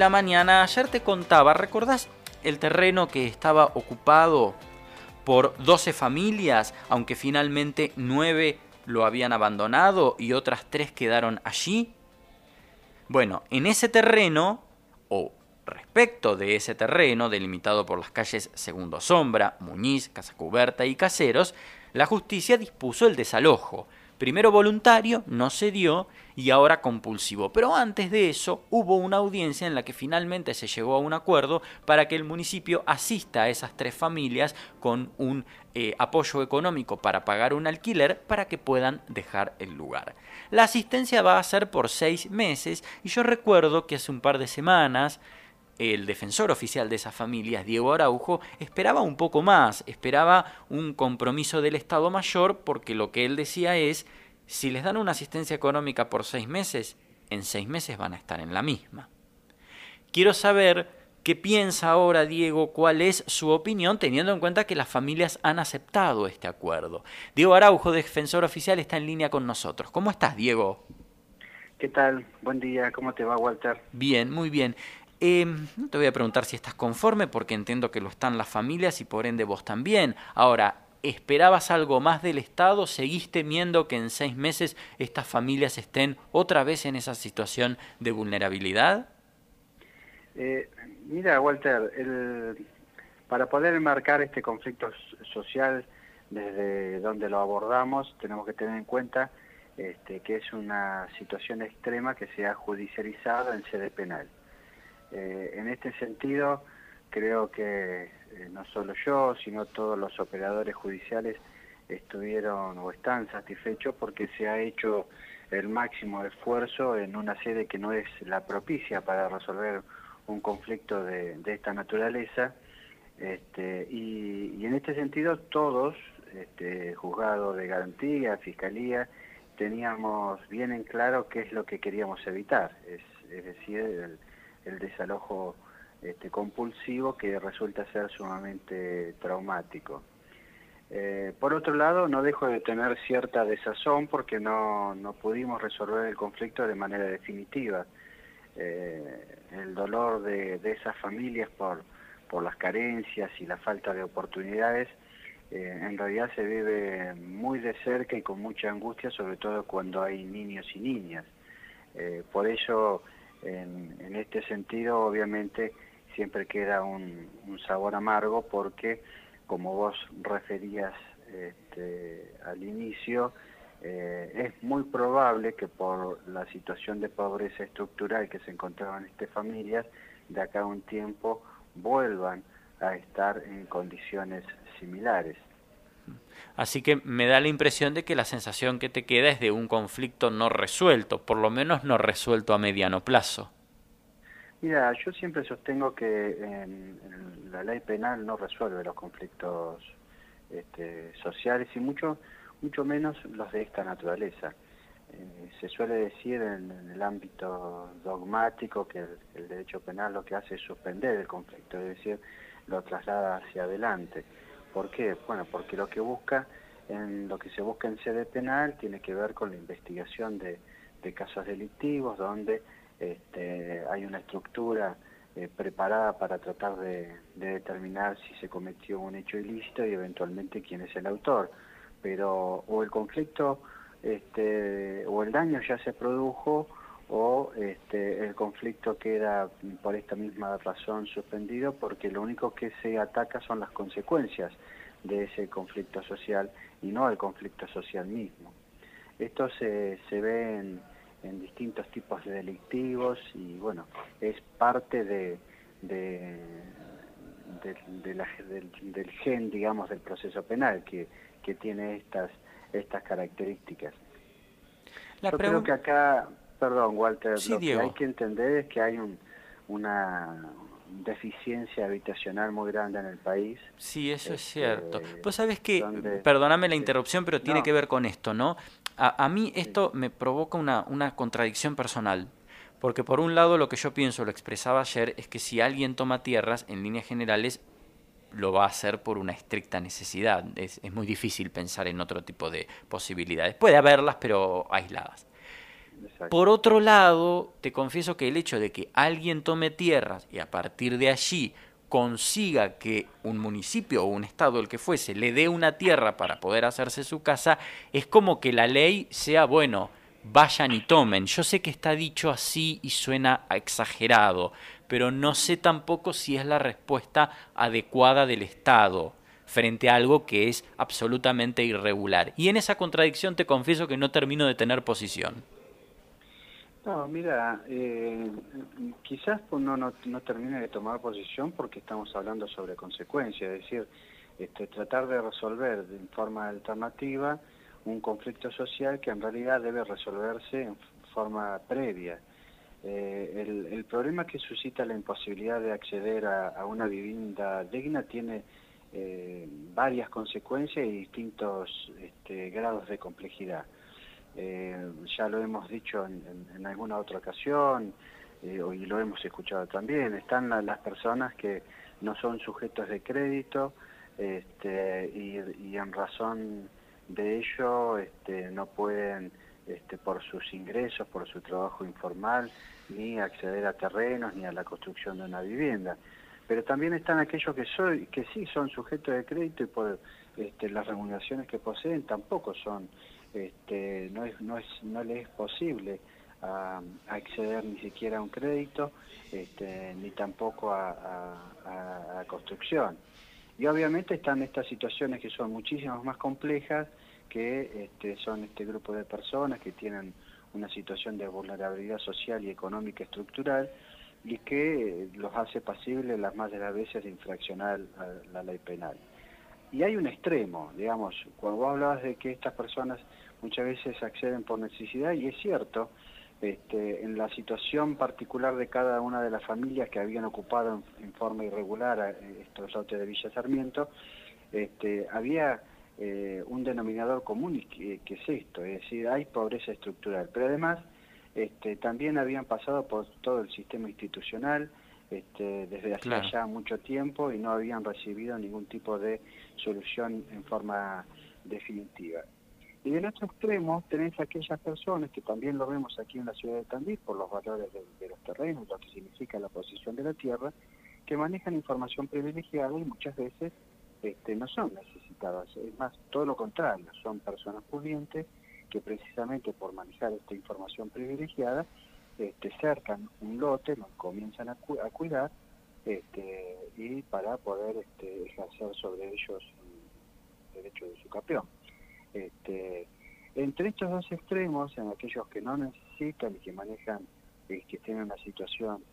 la mañana. Ayer te contaba, ¿recordás el terreno que estaba ocupado por 12 familias, aunque finalmente 9 lo habían abandonado y otras 3 quedaron allí? Bueno, en ese terreno, o respecto de ese terreno, delimitado por las calles Segundo Sombra, Muñiz, Casa Cuberta y Caseros, la justicia dispuso el desalojo. Primero voluntario, no se dio, y ahora compulsivo. Pero antes de eso hubo una audiencia en la que finalmente se llegó a un acuerdo para que el municipio asista a esas 3 familias con un apoyo económico para pagar un alquiler para que puedan dejar el lugar. La asistencia va a ser por 6 meses y yo recuerdo que hace un par de semanas el defensor oficial de esas familias, Diego Araujo, esperaba un poco más, esperaba un compromiso del Estado Mayor, porque lo que él decía es, si les dan una asistencia económica por 6 meses, en 6 meses van a estar en la misma. Quiero saber qué piensa ahora Diego, cuál es su opinión, teniendo en cuenta que las familias han aceptado este acuerdo. Diego Araujo, defensor oficial, está en línea con nosotros. ¿Cómo estás, Diego? ¿Qué tal? Buen día, ¿cómo te va, Walter? Bien, muy bien. No te voy a preguntar si estás conforme, porque entiendo que lo están las familias y por ende vos también. Ahora, ¿esperabas algo más del Estado? ¿Seguís temiendo que en 6 meses estas familias estén otra vez en esa situación de vulnerabilidad? Mira, Walter, para poder enmarcar este conflicto social desde donde lo abordamos, tenemos que tener en cuenta que es una situación extrema que se ha judicializado en sede penal. En este sentido, creo que no solo yo, sino todos los operadores judiciales estuvieron o están satisfechos porque se ha hecho el máximo esfuerzo en una sede que no es la propicia para resolver un conflicto de esta naturaleza. Y en este sentido todos, juzgado de garantía, fiscalía, teníamos bien en claro qué es lo que queríamos evitar, es decir, el desalojo compulsivo, que resulta ser sumamente traumático. Por otro lado, no dejo de tener cierta desazón porque no pudimos resolver el conflicto de manera definitiva. El dolor de esas familias por las carencias y la falta de oportunidades en realidad se vive muy de cerca y con mucha angustia, sobre todo cuando hay niños y niñas. Por ello, en este sentido, obviamente, siempre queda un sabor amargo porque, como vos referías al inicio, es muy probable que por la situación de pobreza estructural que se encontraban estas familias, de acá a un tiempo vuelvan a estar en condiciones similares. Así que me da la impresión de que la sensación que te queda es de un conflicto no resuelto, por lo menos no resuelto a mediano plazo. Mira, yo siempre sostengo que la ley penal no resuelve los conflictos sociales y mucho menos los de esta naturaleza. Se suele decir en el ámbito dogmático que el derecho penal lo que hace es suspender el conflicto, es decir, lo traslada hacia adelante. ¿Por qué? Bueno, porque lo que se busca en sede penal tiene que ver con la investigación de casos delictivos, donde hay una estructura preparada para tratar de determinar si se cometió un hecho ilícito y eventualmente quién es el autor. Pero o el conflicto o el daño ya se produjo o el conflicto queda por esta misma razón suspendido, porque lo único que se ataca son las consecuencias de ese conflicto social y no el conflicto social mismo. Esto se ve en distintos tipos de delictivos y bueno, es parte del gen, digamos, del proceso penal que tiene estas características. Yo creo que acá, perdón, Walter, Sí, lo que hay Diego. que entender es que hay una deficiencia habitacional muy grande en el país. Sí, eso es cierto. Pues sabes que, Donde, perdóname la sí, interrupción, pero tiene no, que ver con esto, ¿no? A mí sí, esto me provoca una contradicción personal, porque por un lado lo que yo pienso, lo expresaba ayer, es que si alguien toma tierras, en líneas generales, lo va a hacer por una estricta necesidad. Es muy difícil pensar en otro tipo de posibilidades. Puede haberlas, pero aisladas. exacto. Por otro lado, te confieso que el hecho de que alguien tome tierras y a partir de allí consiga que un municipio o un estado, el que fuese, le dé una tierra para poder hacerse su casa, es como que la ley sea, bueno, vayan y tomen. Yo sé que está dicho así y suena exagerado, pero no sé tampoco si es la respuesta adecuada del Estado frente a algo que es absolutamente irregular. Y en esa contradicción te confieso que no termino de tener posición. No, mira, quizás uno no termine de tomar posición porque estamos hablando sobre consecuencias, es decir, tratar de resolver de forma alternativa un conflicto social que en realidad debe resolverse en forma previa. El problema que suscita la imposibilidad de acceder a una vivienda digna tiene varias consecuencias y distintos grados de complejidad. Ya lo hemos dicho en alguna otra ocasión y lo hemos escuchado también. Están las personas que no son sujetos de crédito y en razón de ello no pueden, por sus ingresos, por su trabajo informal, ni acceder a terrenos ni a la construcción de una vivienda. Pero también están aquellos que sí son sujetos de crédito y por las remuneraciones que poseen tampoco son, no les es posible acceder ni siquiera a un crédito, ni tampoco a construcción. Y obviamente están estas situaciones que son muchísimas más complejas, que son este grupo de personas que tienen una situación de vulnerabilidad social y económica estructural y que los hace pasibles las más de las veces de infraccionar la ley penal. Y hay un extremo, digamos, cuando vos hablabas de que estas personas muchas veces acceden por necesidad, y es cierto, en la situación particular de cada una de las familias que habían ocupado en forma irregular estos lotes de Villa Sarmiento, había un denominador común que es esto, es decir, hay pobreza estructural, pero además también habían pasado por todo el sistema institucional desde hacía Claro. ya mucho tiempo y no habían recibido ningún tipo de solución en forma definitiva. Y del otro extremo tenés aquellas personas, que también lo vemos aquí en la ciudad de Tandil, por los valores de los terrenos, lo que significa la posición de la tierra, que manejan información privilegiada y muchas veces no son necesitadas. Es más, todo lo contrario, son personas pudientes que precisamente por manejar esta información privilegiada cercan un lote, lo comienzan a cuidar y para poder ejercer sobre ellos el derecho de su capión. Entre estos dos extremos, en aquellos que no necesitan y que manejan, que tienen una situación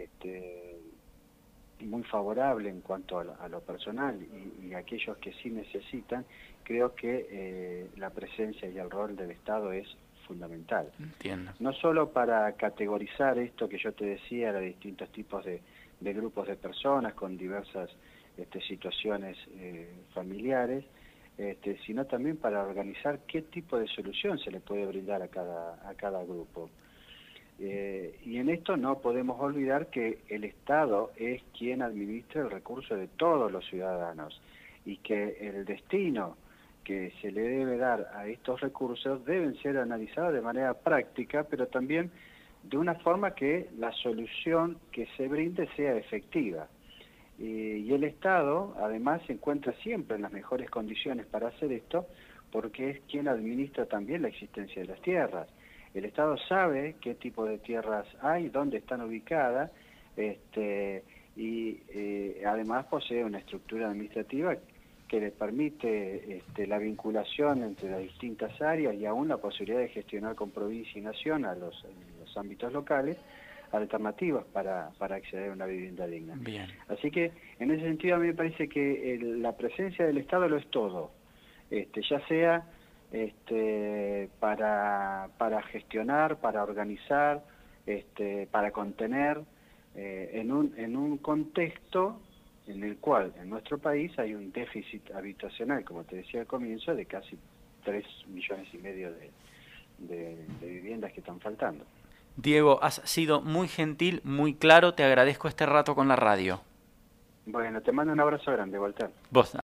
muy favorable en cuanto a lo personal y aquellos que sí necesitan, creo que la presencia y el rol del Estado es fundamental. Entiendo. No solo para categorizar esto que yo te decía, de distintos tipos de grupos de personas con diversas situaciones familiares, sino también para organizar qué tipo de solución se le puede brindar a cada grupo. Y en esto no podemos olvidar que el Estado es quien administra el recurso de todos los ciudadanos y que el destino que se le debe dar a estos recursos deben ser analizados de manera práctica, pero también de una forma que la solución que se brinde sea efectiva. Y el Estado, además, se encuentra siempre en las mejores condiciones para hacer esto, porque es quien administra también la existencia de las tierras. El Estado sabe qué tipo de tierras hay, dónde están ubicadas, y además posee una estructura administrativa que le permite la vinculación entre las distintas áreas y aún la posibilidad de gestionar con provincia y nación en los ámbitos locales alternativas para acceder a una vivienda digna. Bien. Así que en ese sentido a mí me parece que la presencia del Estado lo es todo, ya sea para gestionar, para organizar, para contener, en un contexto en el cual en nuestro país hay un déficit habitacional, como te decía al comienzo, de casi 3,5 millones de viviendas que están faltando. Diego, has sido muy gentil, muy claro, te agradezco este rato con la radio. Bueno, te mando un abrazo grande, Walter. Vos